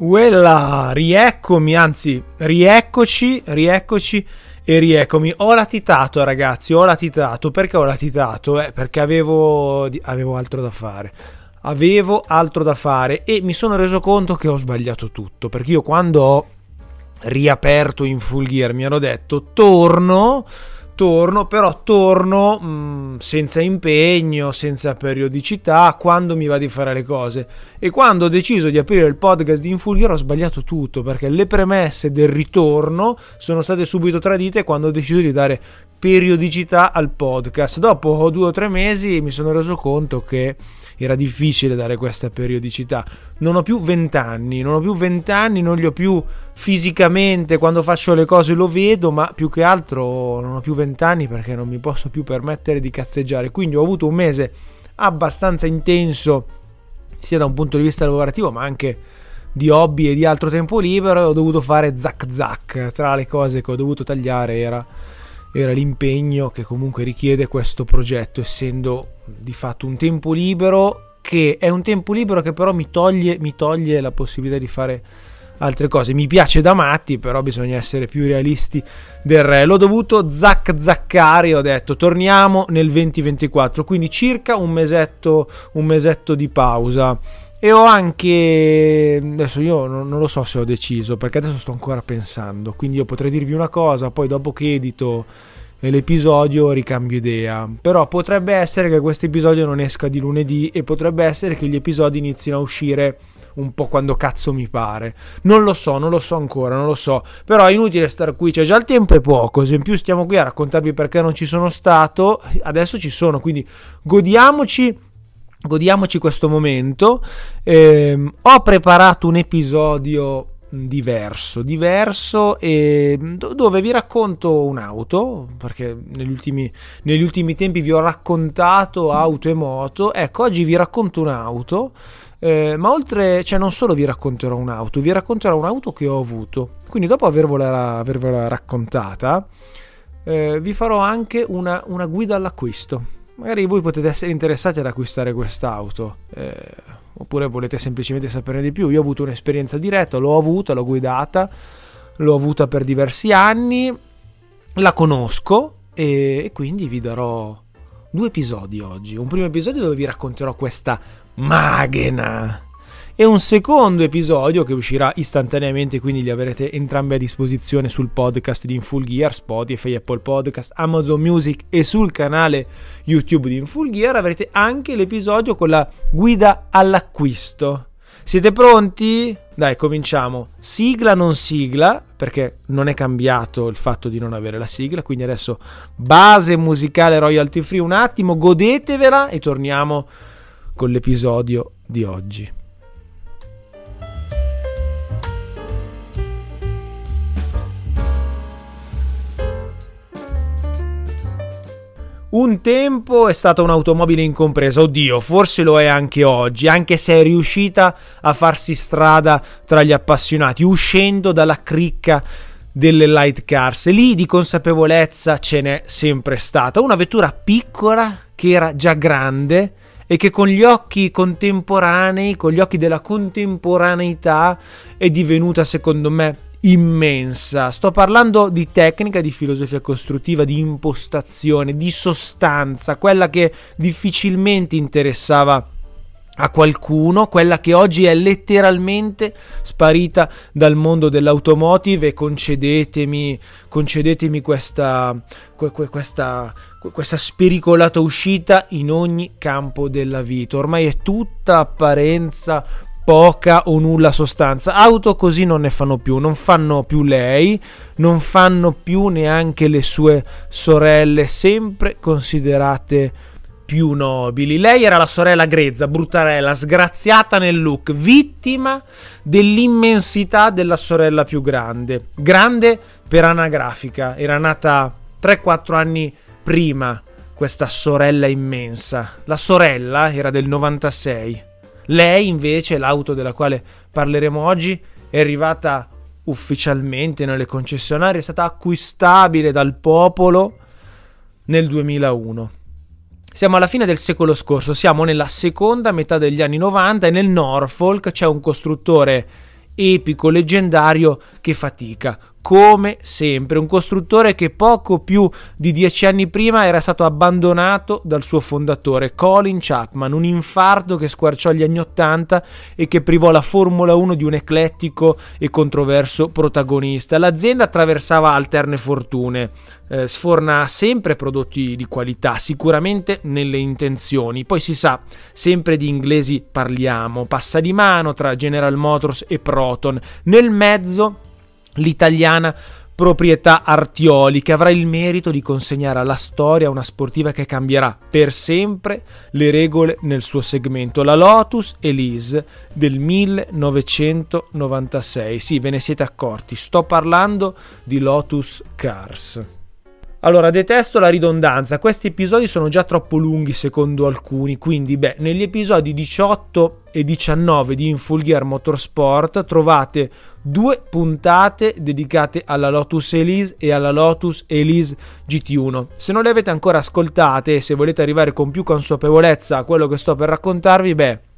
Uella, rieccomi, anzi, rieccoci e rieccomi. Ho latitato, ragazzi, Perché ho latitato? Perché avevo altro da fare. E mi sono reso conto che ho sbagliato tutto, perché io quando ho riaperto In Full Gear mi ero detto torno senza impegno, senza periodicità, quando mi va di fare le cose. E quando ho deciso di aprire il podcast di In Full Gear ho sbagliato tutto, perché le premesse del ritorno sono state subito tradite quando ho deciso di dare periodicità al podcast. Dopo 2 o 3 mesi mi sono reso conto che era difficile dare questa periodicità. Non ho più 20 anni, non li ho più fisicamente, quando faccio le cose lo vedo, ma più che altro non ho più 20 anni perché non mi posso più permettere di cazzeggiare. Quindi ho avuto un mese abbastanza intenso, sia da un punto di vista lavorativo ma anche di hobby e di altro tempo libero, e ho dovuto fare zac. Tra le cose che ho dovuto tagliare era l'impegno che comunque richiede questo progetto, essendo di fatto un tempo libero che è un tempo libero che però mi toglie la possibilità di fare altre cose. Mi piace da matti, però bisogna essere più realisti del re. L'ho dovuto zaccare e ho detto torniamo nel 2024, quindi circa un mesetto di pausa. E ho anche, adesso io non lo so se ho deciso, perché adesso sto ancora pensando, quindi io potrei dirvi una cosa, poi dopo che edito l'episodio ricambio idea. Però potrebbe essere che questo episodio non esca di lunedì e potrebbe essere che gli episodi inizino a uscire un po' quando cazzo mi pare. Non lo so ancora, però è inutile stare qui, c'è già il tempo è poco, se in più stiamo qui a raccontarvi perché non ci sono stato, adesso ci sono, quindi godiamoci questo momento. Ho preparato un episodio diverso e dove vi racconto un'auto, perché negli ultimi tempi vi ho raccontato auto e moto. Ecco, oggi vi racconto un'auto, ma non solo vi racconterò un'auto che ho avuto, quindi dopo avervela raccontata vi farò anche una guida all'acquisto. Magari voi potete essere interessati ad acquistare quest'auto, oppure volete semplicemente saperne di più. Io ho avuto un'esperienza diretta, l'ho guidata, l'ho avuta per diversi anni, la conosco e quindi vi darò 2 episodi oggi. Un primo episodio dove vi racconterò questa macchina e un secondo episodio che uscirà istantaneamente, quindi li avrete entrambi a disposizione sul podcast di In Full Gear, Spotify, Apple Podcast, Amazon Music e sul canale YouTube di In Full Gear. Avrete anche l'episodio con la guida all'acquisto. Siete pronti? Dai, cominciamo. Sigla non sigla, perché non è cambiato il fatto di non avere la sigla, quindi adesso base musicale royalty free un attimo, godetevela e torniamo con l'episodio di oggi. Un tempo è stata un'automobile incompresa, oddio, forse lo è anche oggi, anche se è riuscita a farsi strada tra gli appassionati, uscendo dalla cricca delle light cars. Lì di consapevolezza ce n'è sempre stata, una vettura piccola che era già grande e che con gli occhi contemporanei, con gli occhi della contemporaneità, è divenuta secondo me immensa. Sto parlando di tecnica, di filosofia costruttiva, di impostazione, di sostanza, quella che difficilmente interessava a qualcuno, quella che oggi è letteralmente sparita dal mondo dell'automotive. E concedetemi questa spericolata uscita in ogni campo della vita. Ormai è tutta apparenza, poca o nulla sostanza. Auto così non ne fanno più, non fanno più lei, non fanno più neanche le sue sorelle, sempre considerate più nobili. Lei era la sorella grezza, bruttarella, sgraziata nel look, vittima dell'immensità della sorella più grande per anagrafica. Era nata 3-4 anni prima questa sorella immensa. La sorella era del 96. Lei invece, l'auto della quale parleremo oggi, è arrivata ufficialmente nelle concessionarie, è stata acquistabile dal popolo nel 2001. Siamo alla fine del secolo scorso, siamo nella seconda metà degli anni 90 e nel Norfolk c'è un costruttore epico, leggendario che fatica. Come sempre, un costruttore che poco più di 10 anni prima era stato abbandonato dal suo fondatore Colin Chapman, un infarto che squarciò gli anni '80 e che privò la Formula 1 di un eclettico e controverso protagonista. L'azienda attraversava alterne fortune, sforna sempre prodotti di qualità, sicuramente nelle intenzioni, poi si sa, sempre di inglesi parliamo, passa di mano tra General Motors e Proton, nel mezzo l'italiana proprietà Artioli, che avrà il merito di consegnare alla storia una sportiva che cambierà per sempre le regole nel suo segmento, la Lotus Elise del 1996. Sì, ve ne siete accorti, sto parlando di Lotus Cars. Allora, detesto la ridondanza, questi episodi sono già troppo lunghi secondo alcuni, quindi negli episodi 18 e 19 di In Full Gear Motorsport trovate 2 puntate dedicate alla Lotus Elise e alla Lotus Elise GT1. Se non le avete ancora ascoltate e se volete arrivare con più consapevolezza a quello che sto per raccontarvi,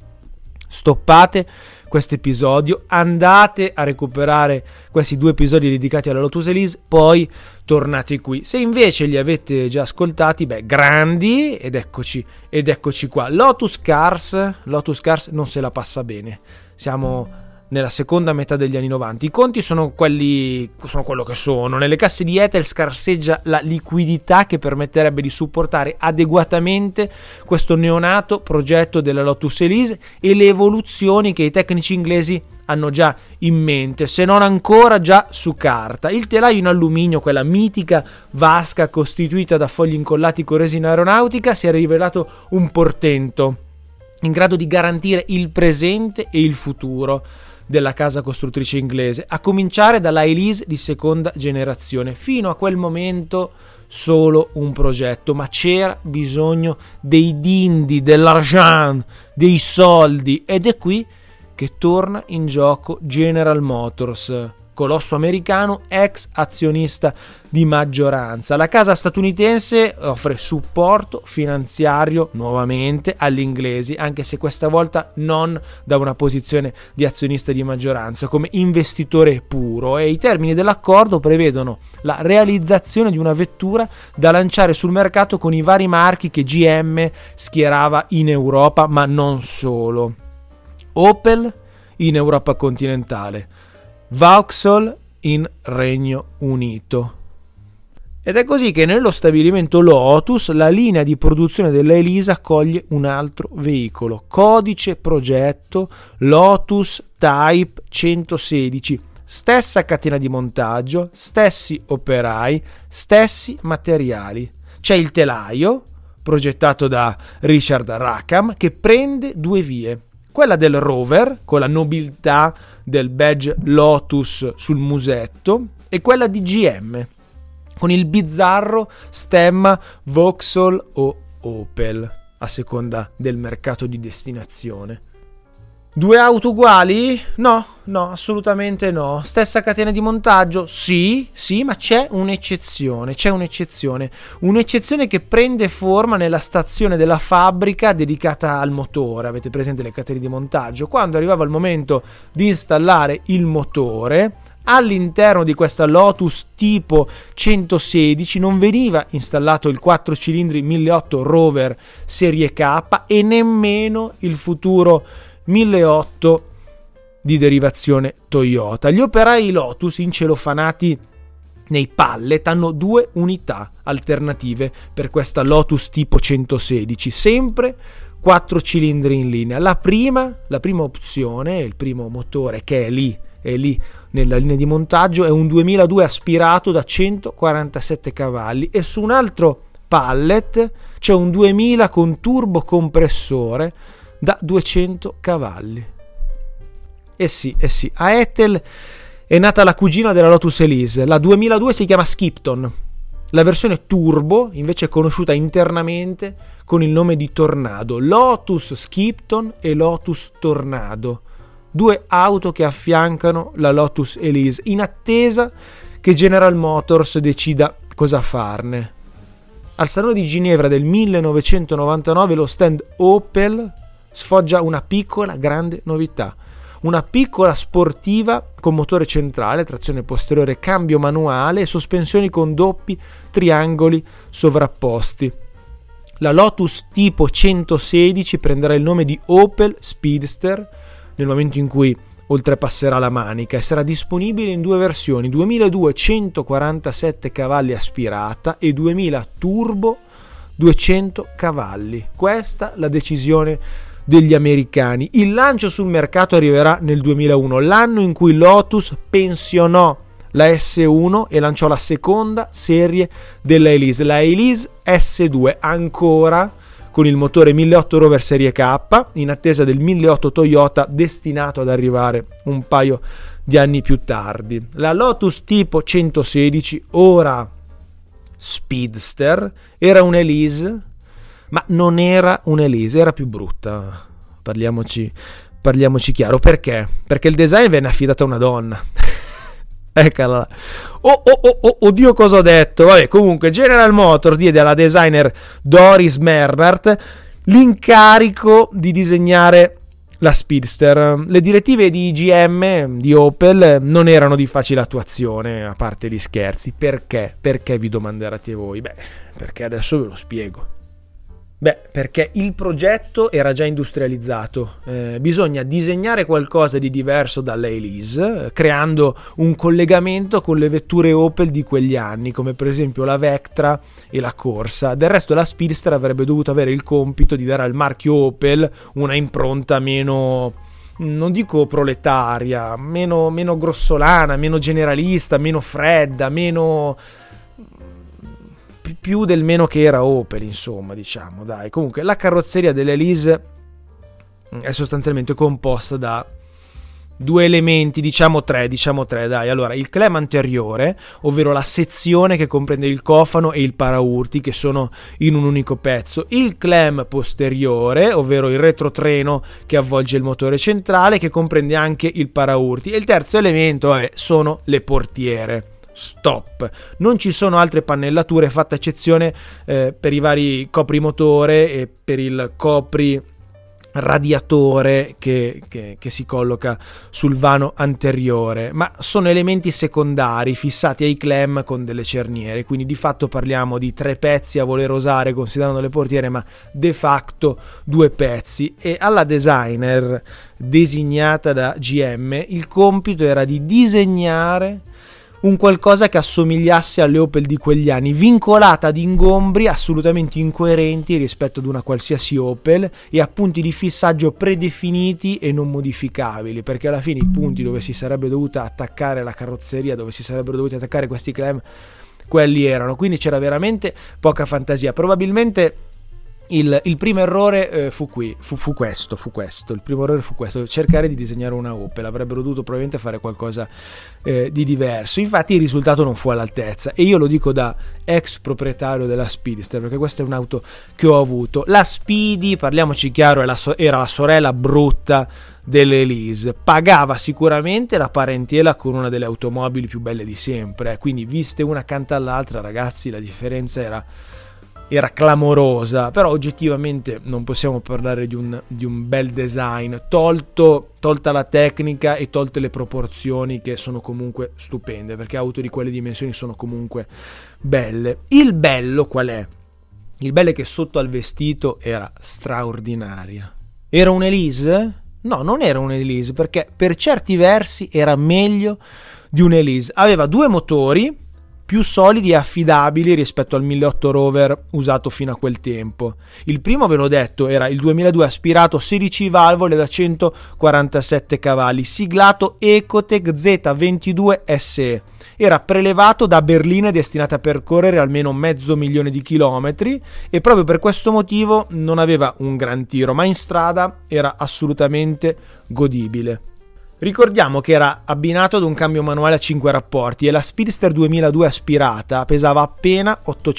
stoppate questo episodio, andate a recuperare questi 2 episodi dedicati alla Lotus Elise, poi tornate qui. Se invece li avete già ascoltati, grandi, ed eccoci qua. Lotus Cars non se la passa bene. Siamo nella seconda metà degli anni 90. I conti sono quello che sono. Nelle casse di Ethel scarseggia la liquidità che permetterebbe di supportare adeguatamente questo neonato progetto della Lotus Elise e le evoluzioni che i tecnici inglesi hanno già in mente, se non ancora già su carta. Il telaio in alluminio, quella mitica vasca costituita da fogli incollati con resina aeronautica, si è rivelato un portento in grado di garantire il presente e il futuro della casa costruttrice inglese, a cominciare dalla Elise di seconda generazione. Fino a quel momento solo un progetto, ma c'era bisogno dei dindi, dell'argent, dei soldi, ed è qui che torna in gioco General Motors, colosso americano, ex azionista di maggioranza. La casa statunitense offre supporto finanziario nuovamente agli inglesi, anche se questa volta non da una posizione di azionista di maggioranza, come investitore puro, e i termini dell'accordo prevedono la realizzazione di una vettura da lanciare sul mercato con i vari marchi che GM schierava in Europa, ma non solo. Opel in Europa continentale, Vauxhall in Regno Unito. Ed è così che nello stabilimento Lotus la linea di produzione della Elise accoglie un altro veicolo, codice progetto Lotus Type 116, stessa catena di montaggio, stessi operai, stessi materiali. C'è il telaio, progettato da Richard Rackham, che prende 2 vie. Quella del Rover, con la nobiltà del badge Lotus sul musetto, e quella di GM, con il bizzarro stemma Vauxhall o Opel, a seconda del mercato di destinazione. 2 auto uguali? No, assolutamente no. Stessa catena di montaggio? Sì, ma c'è un'eccezione. Un'eccezione che prende forma nella stazione della fabbrica dedicata al motore. Avete presente le catene di montaggio? Quando arrivava il momento di installare il motore, all'interno di questa Lotus tipo 116 non veniva installato il 4 cilindri 1.800 Rover serie K e nemmeno il futuro 1.800 di derivazione Toyota. Gli operai Lotus incelofanati nei pallet hanno 2 unità alternative per questa Lotus tipo 116, sempre 4 cilindri in linea. La prima opzione, il primo motore che è lì nella linea di montaggio, è un 2002 aspirato da 147 cavalli e su un altro pallet c'è un 2000 con turbocompressore da 200 cavalli. Eh sì, a Ethel è nata la cugina della Lotus Elise. La 2002 si chiama Skipton. La versione turbo invece è conosciuta internamente con il nome di Tornado. Lotus Skipton e Lotus Tornado, 2 auto che affiancano la Lotus Elise in attesa che General Motors decida cosa farne. Al Salone di Ginevra del 1999 lo stand Opel sfoggia una piccola grande novità, una piccola sportiva con motore centrale, trazione posteriore, cambio manuale e sospensioni con doppi triangoli sovrapposti. La Lotus tipo 116 prenderà il nome di Opel Speedster nel momento in cui oltrepasserà la Manica e sarà disponibile in due versioni, 2247 cavalli aspirata e 2000 turbo 200 cavalli. Questa la decisione degli americani. Il lancio sul mercato arriverà nel 2001, l'anno in cui Lotus pensionò la S1 e lanciò la seconda serie della Elise, la Elise S2, ancora con il motore 1.800 Rover Serie K, in attesa del 1.800 Toyota destinato ad arrivare un paio di anni più tardi. La Lotus tipo 116, ora Speedster, era un'Elise, ma non era un'Elise, era più brutta. Parliamoci chiaro. Perché? Perché il design venne affidato a una donna. Eccola. Oddio, cosa ho detto? Vabbè, comunque General Motors diede alla designer Doris Bernhardt l'incarico di disegnare la Speedster. Le direttive di GM, di Opel, non erano di facile attuazione, a parte gli scherzi. Perché? Perché vi domanderete voi? Beh, perché adesso ve lo spiego. Beh, perché il progetto era già industrializzato, bisogna disegnare qualcosa di diverso dalla Elise, creando un collegamento con le vetture Opel di quegli anni, come per esempio la Vectra e la Corsa. Del resto la Speedster avrebbe dovuto avere il compito di dare al marchio Opel una impronta meno, non dico proletaria, meno grossolana, meno generalista, meno fredda, meno... più del meno che era Opel, insomma, diciamo, dai. Comunque la carrozzeria dell'Elise è sostanzialmente composta da due elementi, diciamo tre, dai. Allora, il clem anteriore, ovvero la sezione che comprende il cofano e il paraurti, che sono in un unico pezzo. Il clem posteriore, ovvero il retrotreno che avvolge il motore centrale, che comprende anche il paraurti. E il terzo elemento sono le portiere. Stop. Non ci sono altre pannellature, fatta eccezione per i vari coprimotore e per il copri radiatore che si colloca sul vano anteriore, ma sono elementi secondari fissati ai clem con delle cerniere, quindi di fatto parliamo di tre pezzi a voler osare considerando le portiere, ma de facto due pezzi. E alla designer designata da GM il compito era di disegnare un qualcosa che assomigliasse alle Opel di quegli anni, vincolata ad ingombri assolutamente incoerenti rispetto ad una qualsiasi Opel e a punti di fissaggio predefiniti e non modificabili, perché alla fine i punti dove si sarebbe dovuta attaccare la carrozzeria, dove si sarebbero dovuti attaccare questi clem, quelli erano, quindi c'era veramente poca fantasia. Probabilmente il primo errore fu questo. Il primo errore fu questo, cercare di disegnare una Opel. Avrebbero dovuto probabilmente fare qualcosa di diverso. Infatti il risultato non fu all'altezza, e io lo dico da ex proprietario della Speedster, perché questa è un'auto che ho avuto. La Speedy, parliamoci chiaro, era la sorella brutta dell'Elise, pagava sicuramente la parentela con una delle automobili più belle di sempre, quindi viste una accanto all'altra, ragazzi, la differenza era clamorosa, però oggettivamente non possiamo parlare di un bel design, tolta la tecnica e tolte le proporzioni, che sono comunque stupende, perché auto di quelle dimensioni sono comunque belle. Il bello qual è? Il bello è che sotto al vestito era straordinaria. Era un'Elise? No, non era un'Elise, perché per certi versi era meglio di un'Elise. Aveva due motori più solidi e affidabili rispetto al 1.800 Rover usato fino a quel tempo. Il primo, ve l'ho detto, era il 2002 aspirato 16 valvole da 147 cavalli, siglato Ecotec Z22 SE. Era prelevato da berline destinate a percorrere almeno 500.000 di chilometri, e proprio per questo motivo non aveva un gran tiro, ma in strada era assolutamente godibile. Ricordiamo che era abbinato ad un cambio manuale a 5 rapporti, e la Speedster 2002 aspirata pesava appena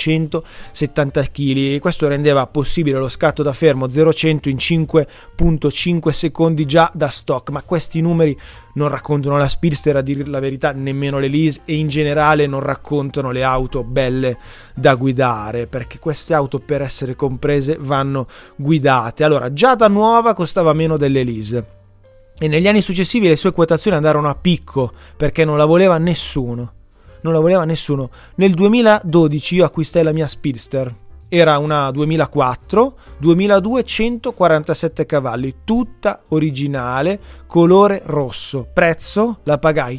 870 kg, e questo rendeva possibile lo scatto da fermo 0-100 in 5.5 secondi già da stock. Ma questi numeri non raccontano la Speedster, a dire la verità nemmeno l'Elise, e in generale non raccontano le auto belle da guidare, perché queste auto, per essere comprese, vanno guidate. Allora, già da nuova costava meno dell'Elise. e negli anni successivi le sue quotazioni andarono a picco perché non la voleva nessuno. Nel 2012 io acquistai la mia Speedster, era una 2004, 2247 cavalli, tutta originale, colore rosso, prezzo la pagai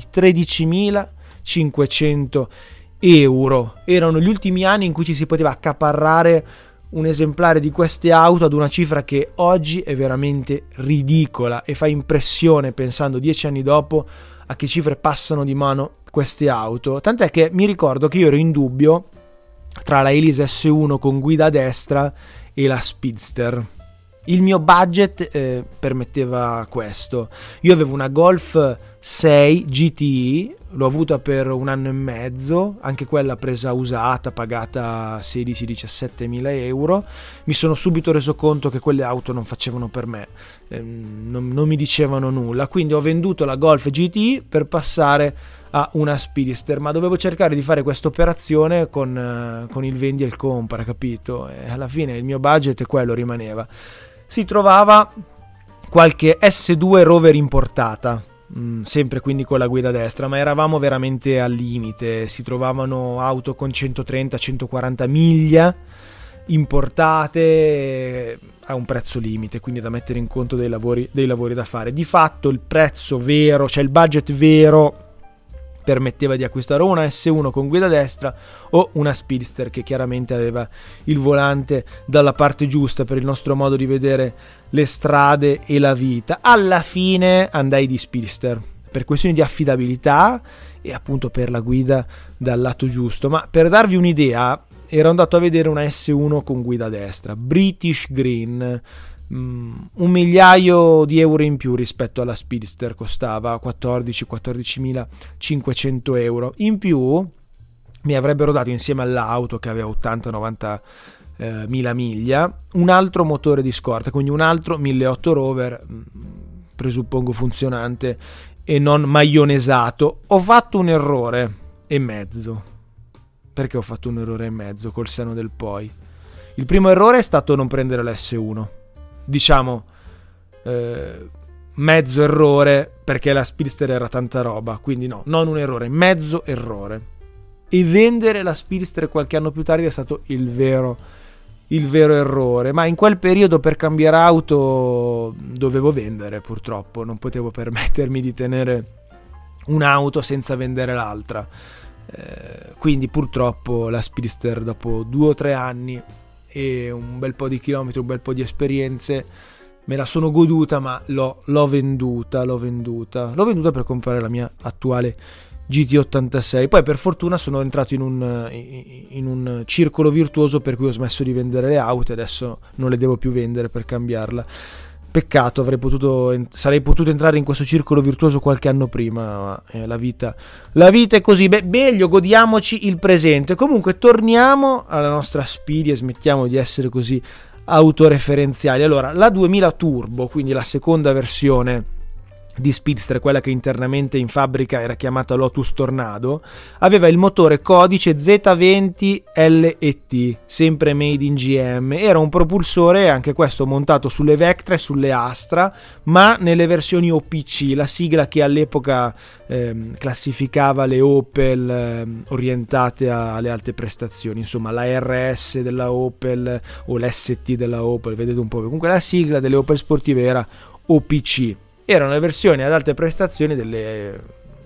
13.500 euro. Erano gli ultimi anni in cui ci si poteva accaparrare un esemplare di queste auto ad una cifra che oggi è veramente ridicola e fa impressione pensando 10 anni dopo a che cifre passano di mano queste auto. Tant'è che mi ricordo che io ero in dubbio tra la Elise S1 con guida a destra e la Speedster. Il mio budget permetteva questo. Io avevo una Golf 6 GTI, l'ho avuta per 1 anno e mezzo, anche quella presa usata, pagata 16-17 mila euro. Mi sono subito reso conto che quelle auto non facevano per me, non mi dicevano nulla, quindi ho venduto la Golf GTI per passare a una Speedster, ma dovevo cercare di fare questa operazione con il vendi e il compra, capito? E alla fine il mio budget quello rimaneva. Si trovava qualche S2 Rover importata, sempre quindi con la guida a destra, ma eravamo veramente al limite. Si trovavano auto con 130-140 miglia importate a un prezzo limite, quindi da mettere in conto dei lavori da fare. Di fatto il prezzo vero, cioè il budget vero, permetteva di acquistare una S1 con guida destra o una Speedster che chiaramente aveva il volante dalla parte giusta per il nostro modo di vedere le strade e la vita. Alla fine andai di Speedster per questioni di affidabilità e appunto per la guida dal lato giusto, ma per darvi un'idea ero andato a vedere una S1 con guida destra, British Green, €1.000.000 in più rispetto alla Speedster, costava 14.500 euro in più. Mi avrebbero dato, insieme all'auto che aveva 80-90 mila miglia, un altro motore di scorta, quindi un altro 1.800 Rover, presuppongo funzionante e non maionesato. Ho fatto un errore e mezzo. Perché ho fatto un errore e mezzo col senno del poi? Il primo errore è stato non prendere l'S1, diciamo mezzo errore, perché la Speedster era tanta roba, quindi no, non un errore, mezzo errore. E vendere la Speedster qualche anno più tardi è stato il vero errore, ma in quel periodo per cambiare auto dovevo vendere, purtroppo non potevo permettermi di tenere un'auto senza vendere l'altra, quindi purtroppo la Speedster, dopo 2 o 3 anni e un bel po' di chilometri, un bel po' di esperienze, me la sono goduta, ma l'ho venduta per comprare la mia attuale GT86. Poi per fortuna sono entrato in un circolo virtuoso per cui ho smesso di vendere le auto e adesso non le devo più vendere per cambiarla. Peccato, sarei potuto entrare in questo circolo virtuoso qualche anno prima, ma la vita è così. Meglio godiamoci il presente. Comunque torniamo alla nostra Speedy e smettiamo di essere così autoreferenziali. Allora, la 2000 Turbo, quindi la seconda versione di Speedster, quella che internamente in fabbrica era chiamata Lotus Tornado, aveva il motore codice Z20 LET, sempre made in GM. Era un propulsore, anche questo montato sulle Vectra e sulle Astra, ma nelle versioni OPC, la sigla che all'epoca classificava le Opel orientate alle alte prestazioni, insomma la RS della Opel o l'ST della Opel, vedete un po'. Comunque la sigla delle Opel sportive era OPC. Erano le versioni ad alte prestazioni delle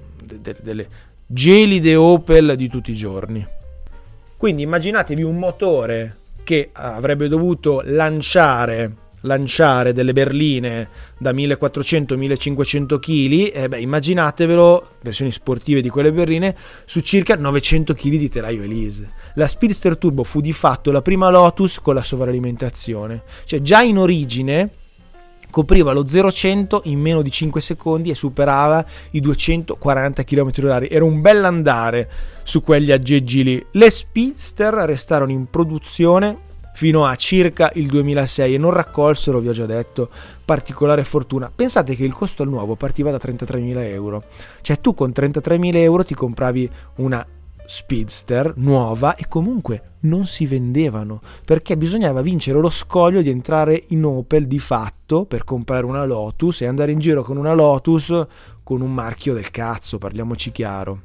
gelide Opel di tutti i giorni. Quindi immaginatevi un motore che avrebbe dovuto lanciare delle berline da 1400-1500 kg, immaginatevelo, versioni sportive di quelle berline, su circa 900 kg di telaio Elise. La Speedster Turbo fu di fatto la prima Lotus con la sovralimentazione, cioè già in origine copriva lo 0-100 in meno di 5 secondi e superava i 240 km/h. Era un bell'andare su quegli aggeggi lì. Le Speedster restarono in produzione fino a circa il 2006 e non raccolsero, vi ho già detto, particolare fortuna. Pensate che il costo al nuovo partiva da 33.000 euro. Cioè tu con 33.000 euro ti compravi una Speedster nuova e comunque non si vendevano perché bisognava vincere lo scoglio di entrare in Opel di fatto per comprare una Lotus e andare in giro con una Lotus con un marchio del cazzo, parliamoci chiaro.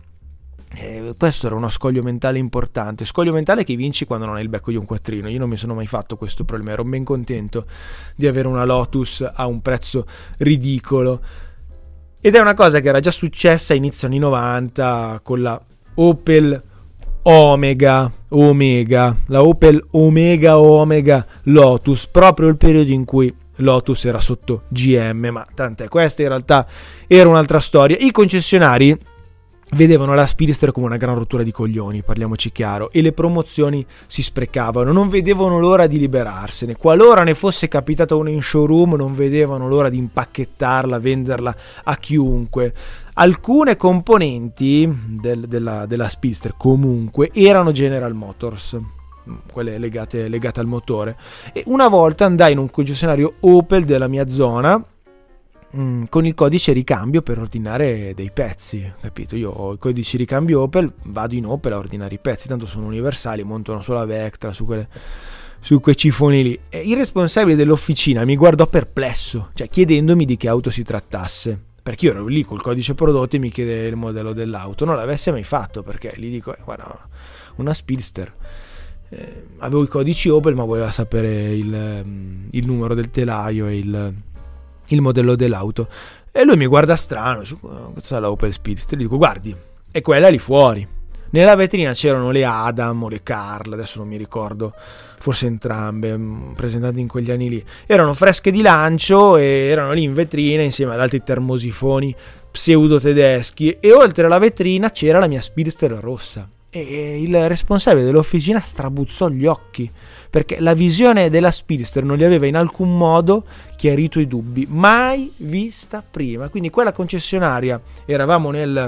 Questo era uno scoglio mentale importante, scoglio mentale che vinci quando non hai il becco di un quattrino. Io non mi sono mai fatto questo problema, ero ben contento di avere una Lotus a un prezzo ridicolo, ed è una cosa che era già successa a inizio anni 90 con la Opel Omega, la Opel Omega Lotus, proprio il periodo in cui Lotus era sotto GM, ma tant'è, questa in realtà era un'altra storia. I concessionari vedevano la Speedster come una gran rottura di coglioni, parliamoci chiaro, e le promozioni si sprecavano, non vedevano l'ora di liberarsene. Qualora ne fosse capitata una in showroom, non vedevano l'ora di impacchettarla, venderla a chiunque. Alcune componenti della Speedster comunque erano General Motors, quelle legate al motore, e una volta andai in un concessionario Opel della mia zona con il codice ricambio per ordinare dei pezzi, capito? Io ho il codice ricambio Opel, vado in Opel a ordinare i pezzi, tanto sono universali, montano solo la Vectra su quei cifoni lì. E il responsabile dell'officina mi guardò perplesso, cioè chiedendomi di che auto si trattasse, perché io ero lì col codice prodotto e mi chiede il modello dell'auto. Non l'avesse mai fatto, perché gli dico guarda, una Speedster, avevo i codici Opel ma voleva sapere il numero del telaio e il modello dell'auto, e lui mi guarda strano, questa è la Opel Speedster, gli dico guardi, è quella lì fuori. Nella vetrina c'erano le Adam o le Carl, adesso non mi ricordo, forse entrambe, presentate in quegli anni lì, erano fresche di lancio e erano lì in vetrina insieme ad altri termosifoni pseudo tedeschi, e oltre alla vetrina c'era la mia Speedster rossa. E il responsabile dell'officina strabuzzò gli occhi, perché la visione della Speedster non gli aveva in alcun modo chiarito i dubbi, mai vista prima. Quindi quella concessionaria, eravamo nel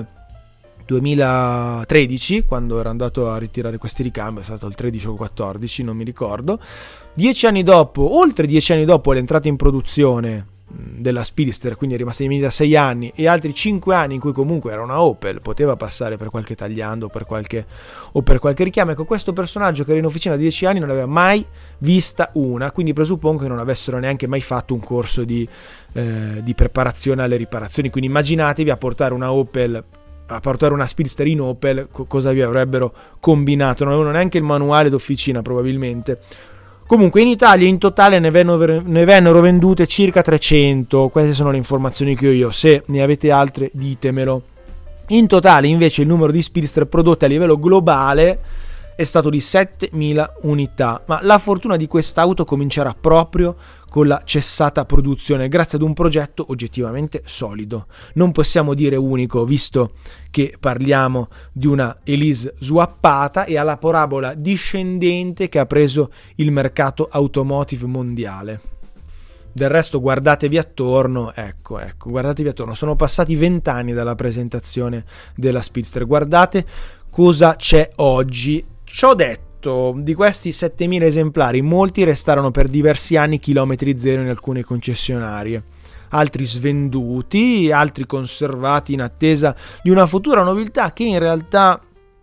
2013 quando ero andato a ritirare questi ricambi, è stato il 13 o 14, non mi ricordo. 10 anni dopo, oltre 10 anni dopo l'entrata in produzione della Speedster, quindi è rimasta in vendita 6 anni e altri 5 anni in cui comunque era una Opel, poteva passare per qualche tagliando o per qualche richiamo. Ecco, questo personaggio che era in officina da 10 anni non aveva mai vista una, quindi presuppongo che non avessero neanche mai fatto un corso di preparazione alle riparazioni. Quindi immaginatevi a portare una Speedster in Opel, cosa vi avrebbero combinato. Non avevano neanche il manuale d'officina probabilmente. Comunque in Italia in totale ne vennero vendute circa 300, queste sono le informazioni che ho io, se ne avete altre ditemelo. In totale invece il numero di Speedster prodotte a livello globale è stato di 7.000 unità, ma la fortuna di quest'auto comincerà proprio con la cessata produzione, grazie ad un progetto oggettivamente solido. Non possiamo dire unico, visto che parliamo di una Elise swappata e alla parabola discendente che ha preso il mercato automotive mondiale. Del resto guardatevi attorno, ecco, guardatevi attorno, sono passati 20 anni dalla presentazione della Speedster, guardate cosa c'è oggi. Ciò detto, di questi 7.000 esemplari, molti restarono per diversi anni chilometri zero in alcune concessionarie, altri svenduti, altri conservati in attesa di una futura nobiltà che in realtà,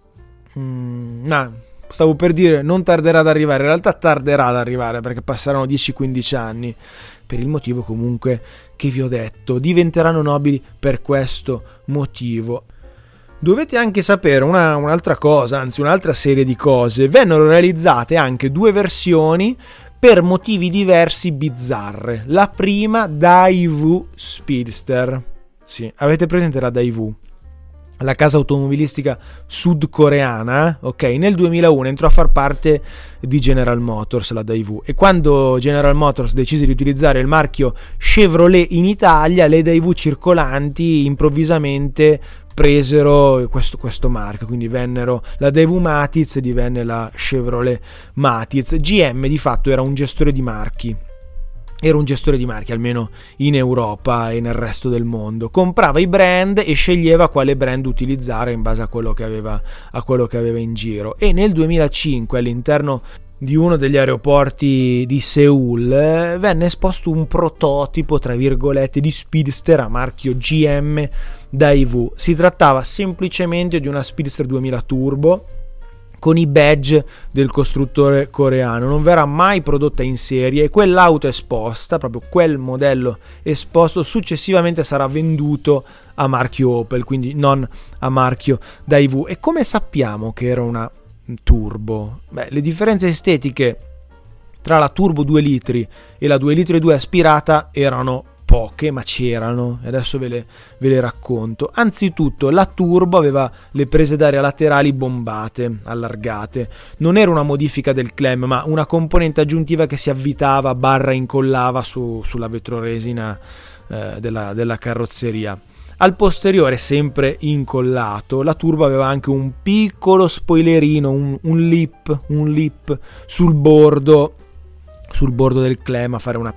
stavo per dire non tarderà ad arrivare, in realtà tarderà ad arrivare perché passeranno 10-15 anni, per il motivo comunque che vi ho detto, diventeranno nobili per questo motivo. Dovete anche sapere un'altra cosa, anzi un'altra serie di cose. Vennero realizzate anche 2 versioni per motivi diversi bizzarre. La prima, Daewoo Speedster. Sì, avete presente la Daewoo? La casa automobilistica sudcoreana, ok? Nel 2001 entrò a far parte di General Motors, la Daewoo, e quando General Motors decise di utilizzare il marchio Chevrolet in Italia, le Daewoo circolanti improvvisamente presero questo marchio, quindi vennero la Daewoo Matiz e divenne la Chevrolet Matiz. GM di fatto era un gestore di marchi, almeno in Europa e nel resto del mondo. Comprava i brand e sceglieva quale brand utilizzare in base a quello che aveva in giro. E nel 2005 all'interno di uno degli aeroporti di Seoul venne esposto un prototipo, tra virgolette, di Speedster a marchio GM Daewoo. Si trattava semplicemente di una Speedster 2000 turbo con i badge del costruttore coreano. Non verrà mai prodotta in serie e quell'auto esposta, proprio quel modello esposto, successivamente sarà venduto a marchio Opel, quindi non a marchio Daewoo. E come sappiamo che era una turbo? Beh, le differenze estetiche tra la turbo 2 litri e la 2 litri 2 aspirata erano poche, ma c'erano, e adesso ve le racconto. Anzitutto la turbo aveva le prese d'aria laterali bombate, allargate. Non era una modifica del clem, ma una componente aggiuntiva che si avvitava / incollava sulla vetroresina della carrozzeria. Al posteriore, sempre incollato, la turbo aveva anche un piccolo spoilerino, un lip sul bordo del clem, a fare un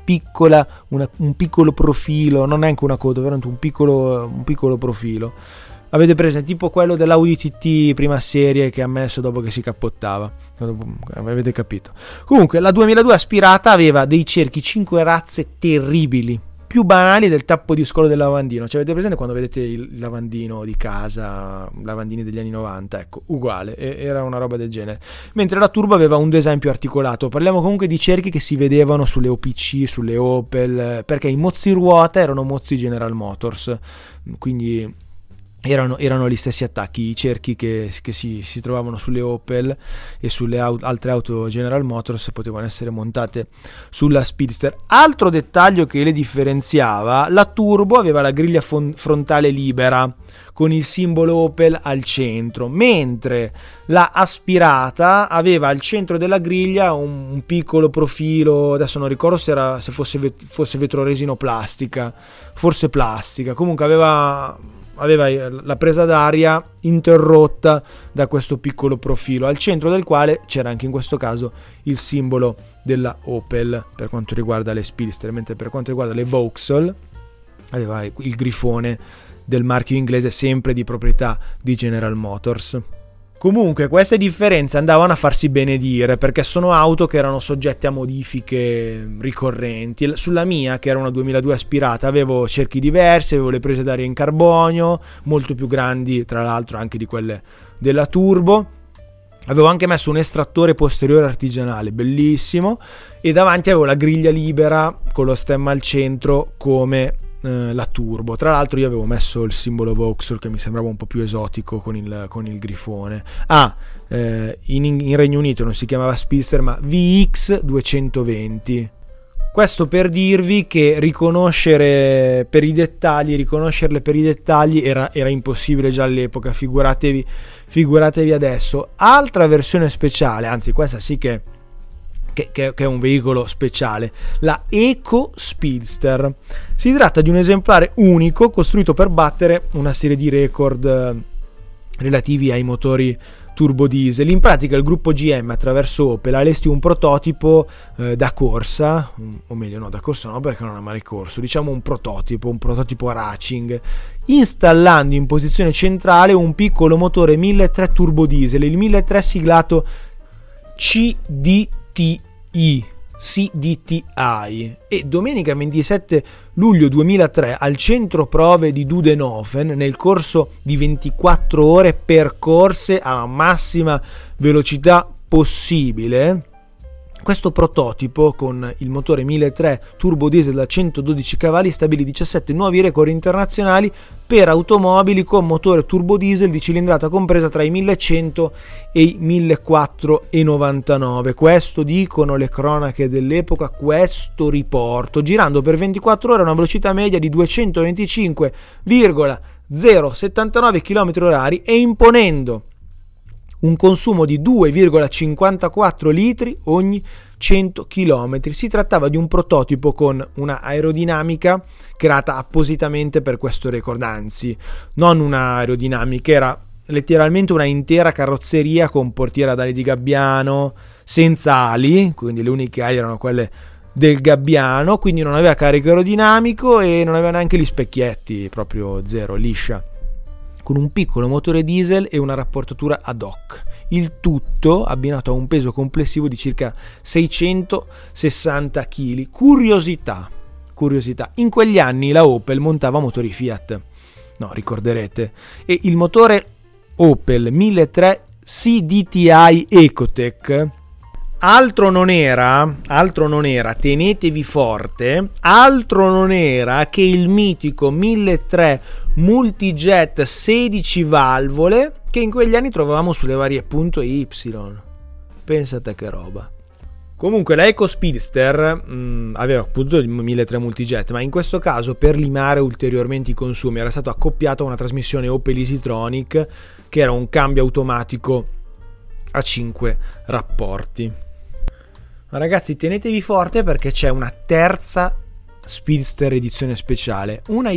piccolo profilo, non neanche una coda, veramente un piccolo profilo. Avete presente, tipo quello dell'Audi TT prima serie che ha messo dopo che si cappottava, avete capito. Comunque la 2002 aspirata aveva dei cerchi 5 razze terribili, più banali del tappo di scolo del lavandino. Cioè, avete presente quando vedete il lavandino di casa, lavandini degli anni 90? Ecco, uguale, era una roba del genere. Mentre la turbo aveva un design più articolato. Parliamo comunque di cerchi che si vedevano sulle OPC, sulle Opel, perché i mozzi ruota erano mozzi General Motors, quindi erano gli stessi attacchi, i cerchi che si trovavano sulle Opel e sulle altre auto General Motors potevano essere montate sulla Speedster. Altro dettaglio che le differenziava: la turbo aveva la griglia frontale libera con il simbolo Opel al centro, mentre la aspirata aveva al centro della griglia un piccolo profilo, adesso non ricordo se fosse vetroresina o plastica, forse plastica, comunque aveva la presa d'aria interrotta da questo piccolo profilo, al centro del quale c'era anche in questo caso il simbolo della Opel per quanto riguarda le Speedster, mentre per quanto riguarda le Vauxhall aveva il grifone del marchio inglese, sempre di proprietà di General Motors. Comunque queste differenze andavano a farsi benedire, perché sono auto che erano soggette a modifiche ricorrenti. Sulla mia, che era una 2002 aspirata, avevo cerchi diversi, avevo le prese d'aria in carbonio molto più grandi, tra l'altro anche di quelle della turbo. Avevo anche messo un estrattore posteriore artigianale bellissimo e davanti avevo la griglia libera con lo stemma al centro come la turbo. Tra l'altro io avevo messo il simbolo Vauxhall che mi sembrava un po' più esotico con il grifone. In Regno Unito non si chiamava Speedster ma VX 220. Questo per dirvi che riconoscerle per i dettagli era impossibile già all'epoca, figuratevi adesso. Altra versione speciale, anzi questa sì che è un veicolo speciale, la Eco Speedster. Si tratta di un esemplare unico costruito per battere una serie di record relativi ai motori turbo diesel. In pratica il gruppo GM attraverso Opel allestì un prototipo da corsa, o meglio no, da corsa no perché non ha mai corso, diciamo un prototipo racing, installando in posizione centrale un piccolo motore 1300 turbo diesel, il 1300 siglato CDTI, e domenica 27 luglio 2003 al centro prove di Dudenhofen, nel corso di 24 ore percorse alla massima velocità possibile, questo prototipo con il motore 1300 turbo diesel da 112 cavalli stabilì 17 nuovi record internazionali per automobili con motore turbo diesel di cilindrata compresa tra i 1100 e i 1499. Questo dicono le cronache dell'epoca, questo riporto, girando per 24 ore a una velocità media di 225,079 km/h e imponendo un consumo di 2,54 litri ogni 100 km. Si trattava di un prototipo con una aerodinamica creata appositamente per questo record, anzi non una aerodinamica, era letteralmente una intera carrozzeria con portiere ad ali di gabbiano, senza ali, quindi le uniche ali erano quelle del gabbiano, quindi non aveva carico aerodinamico e non aveva neanche gli specchietti, proprio zero, liscia. con un piccolo motore diesel e una rapportatura ad hoc. Il tutto abbinato a un peso complessivo di circa 660 kg. Curiosità, in quegli anni la Opel montava motori Fiat, no, ricorderete, e il motore Opel 1300 CDTI Ecotec altro non era, tenetevi forte, altro non era che il mitico 1300 Multijet 16 valvole che in quegli anni trovavamo sulle varie .y. Pensate che roba. Comunque la Eco Speedster aveva appunto il 1300 Multijet, ma in questo caso per limare ulteriormente i consumi era stato accoppiato a una trasmissione Opel EasyTronic che era un cambio automatico a 5 rapporti. Ma ragazzi, tenetevi forte perché c'è una terza Speedster edizione speciale, una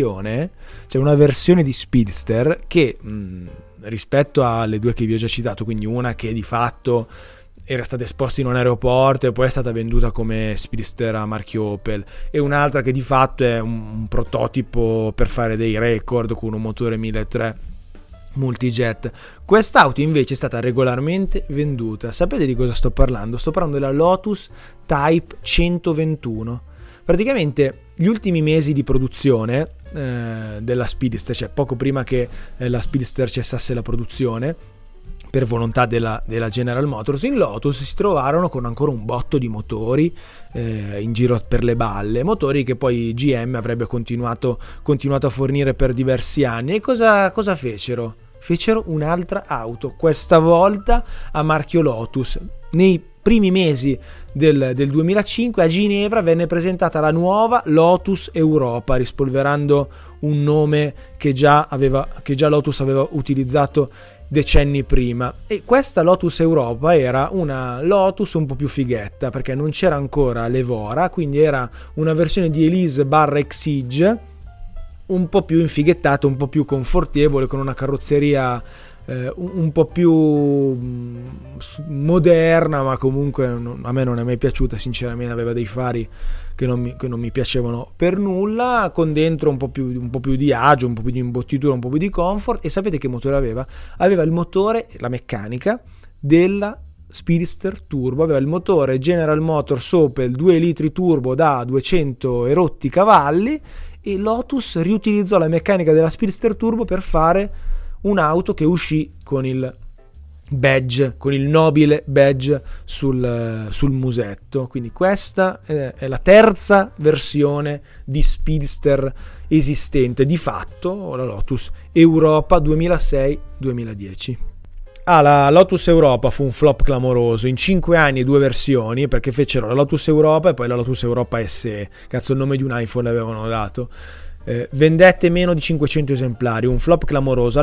versione di Speedster che rispetto alle due che vi ho già citato, quindi una che di fatto era stata esposta in un aeroporto e poi è stata venduta come Speedster a marchio Opel, e un'altra che di fatto è un prototipo per fare dei record con un motore 1300 Multijet. Quest'auto invece è stata regolarmente venduta. Sapete di cosa sto parlando? Sto parlando della Lotus Type 121. Praticamente gli ultimi mesi di produzione della Speedster, cioè poco prima che la Speedster cessasse la produzione per volontà della General Motors, in Lotus si trovarono con ancora un botto di motori in giro per le balle, motori che poi GM avrebbe continuato a fornire per diversi anni. E cosa fecero? Fecero un'altra auto, questa volta a marchio Lotus. Nei primi mesi del 2005 a Ginevra venne presentata la nuova Lotus Europa, rispolverando un nome che già Lotus aveva utilizzato decenni prima. E questa Lotus Europa era una Lotus un po' più fighetta, perché non c'era ancora l'Evora, quindi era una versione di Elise / Exige un po' più infighettata, un po' più confortevole, con una carrozzeria un po' più moderna, ma comunque a me non è mai piaciuta sinceramente. Aveva dei fari che non mi piacevano per nulla, con dentro un po' più di agio, un po' più di imbottitura, un po' più di comfort. E sapete che motore aveva? Aveva il motore, la meccanica della Speedster Turbo, aveva il motore General Motors Opel 2 litri turbo da 200 e rotti cavalli, e Lotus riutilizzò la meccanica della Speedster Turbo per fare un'auto che uscì con il badge, con il nobile badge sul musetto. Quindi questa è la terza versione di Speedster esistente, di fatto la Lotus Europa 2006-2010. La Lotus Europa fu un flop clamoroso, in 5 anni e 2 versioni, perché fecero la Lotus Europa e poi la Lotus Europa SE, cazzo il nome di un iPhone avevano dato. Vendette meno di 500 esemplari, un flop clamoroso.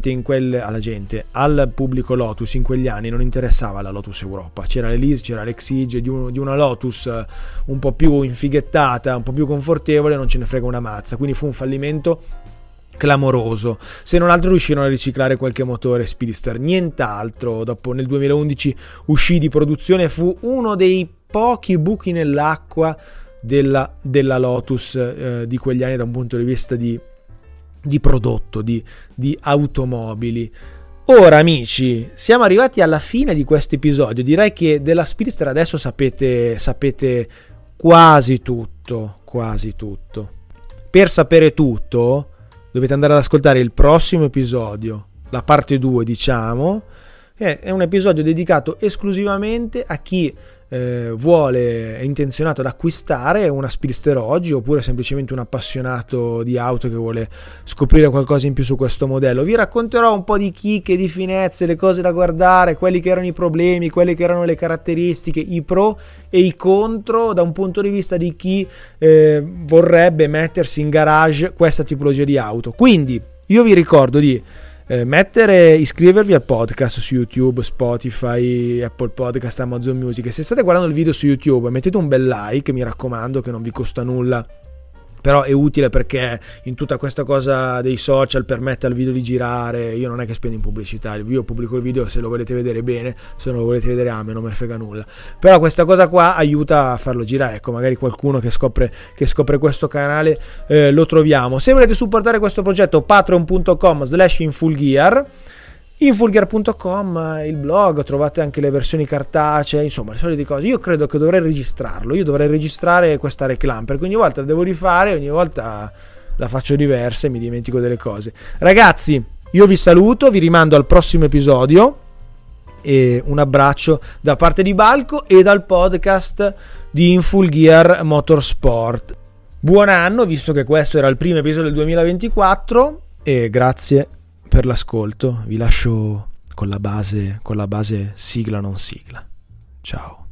Al pubblico Lotus in quegli anni non interessava la Lotus Europa, c'era l'Elise, c'era l'Exige, di una Lotus un po' più infighettata, un po' più confortevole, non ce ne frega una mazza, quindi fu un fallimento clamoroso. Se non altro riuscirono a riciclare qualche motore Speedster, nient'altro. Dopo nel 2011 uscì di produzione, fu uno dei pochi buchi nell'acqua della Lotus di quegli anni da un punto di vista di prodotto, di automobili. Ora amici, siamo arrivati alla fine di questo episodio. Direi che della Speedster adesso sapete quasi tutto. Per sapere tutto dovete andare ad ascoltare il prossimo episodio, la parte 2 diciamo, che è un episodio dedicato esclusivamente a chi è intenzionato ad acquistare una Speedster oggi, oppure semplicemente un appassionato di auto che vuole scoprire qualcosa in più su questo modello. Vi racconterò un po' di chicche, di finezze, le cose da guardare, quelli che erano i problemi, quelle che erano le caratteristiche, i pro e i contro da un punto di vista di chi vorrebbe mettersi in garage questa tipologia di auto. Quindi io vi ricordo di iscrivervi al podcast su YouTube, Spotify, Apple Podcast, Amazon Music. E se state guardando il video su YouTube, mettete un bel like, mi raccomando, che non vi costa nulla però è utile perché in tutta questa cosa dei social permette al video di girare. Io non è che spendo in pubblicità, io pubblico il video se lo volete vedere bene, se non lo volete vedere a me non me ne frega nulla, però questa cosa qua aiuta a farlo girare. Ecco, magari qualcuno che scopre questo canale lo troviamo. Se volete supportare questo progetto, patreon.com/infulgear, infulgear.com, il blog, trovate anche le versioni cartacee, insomma le solite cose. Io credo che dovrei registrarlo, io dovrei registrare questa reclam, perché ogni volta la devo rifare, ogni volta la faccio diversa e mi dimentico delle cose. Ragazzi, io vi saluto, vi rimando al prossimo episodio e un abbraccio da parte di Balco e dal podcast di Infulgear Motorsport. Buon anno, visto che questo era il primo episodio del 2024, e grazie per l'ascolto. Vi lascio con la base sigla non sigla. Ciao.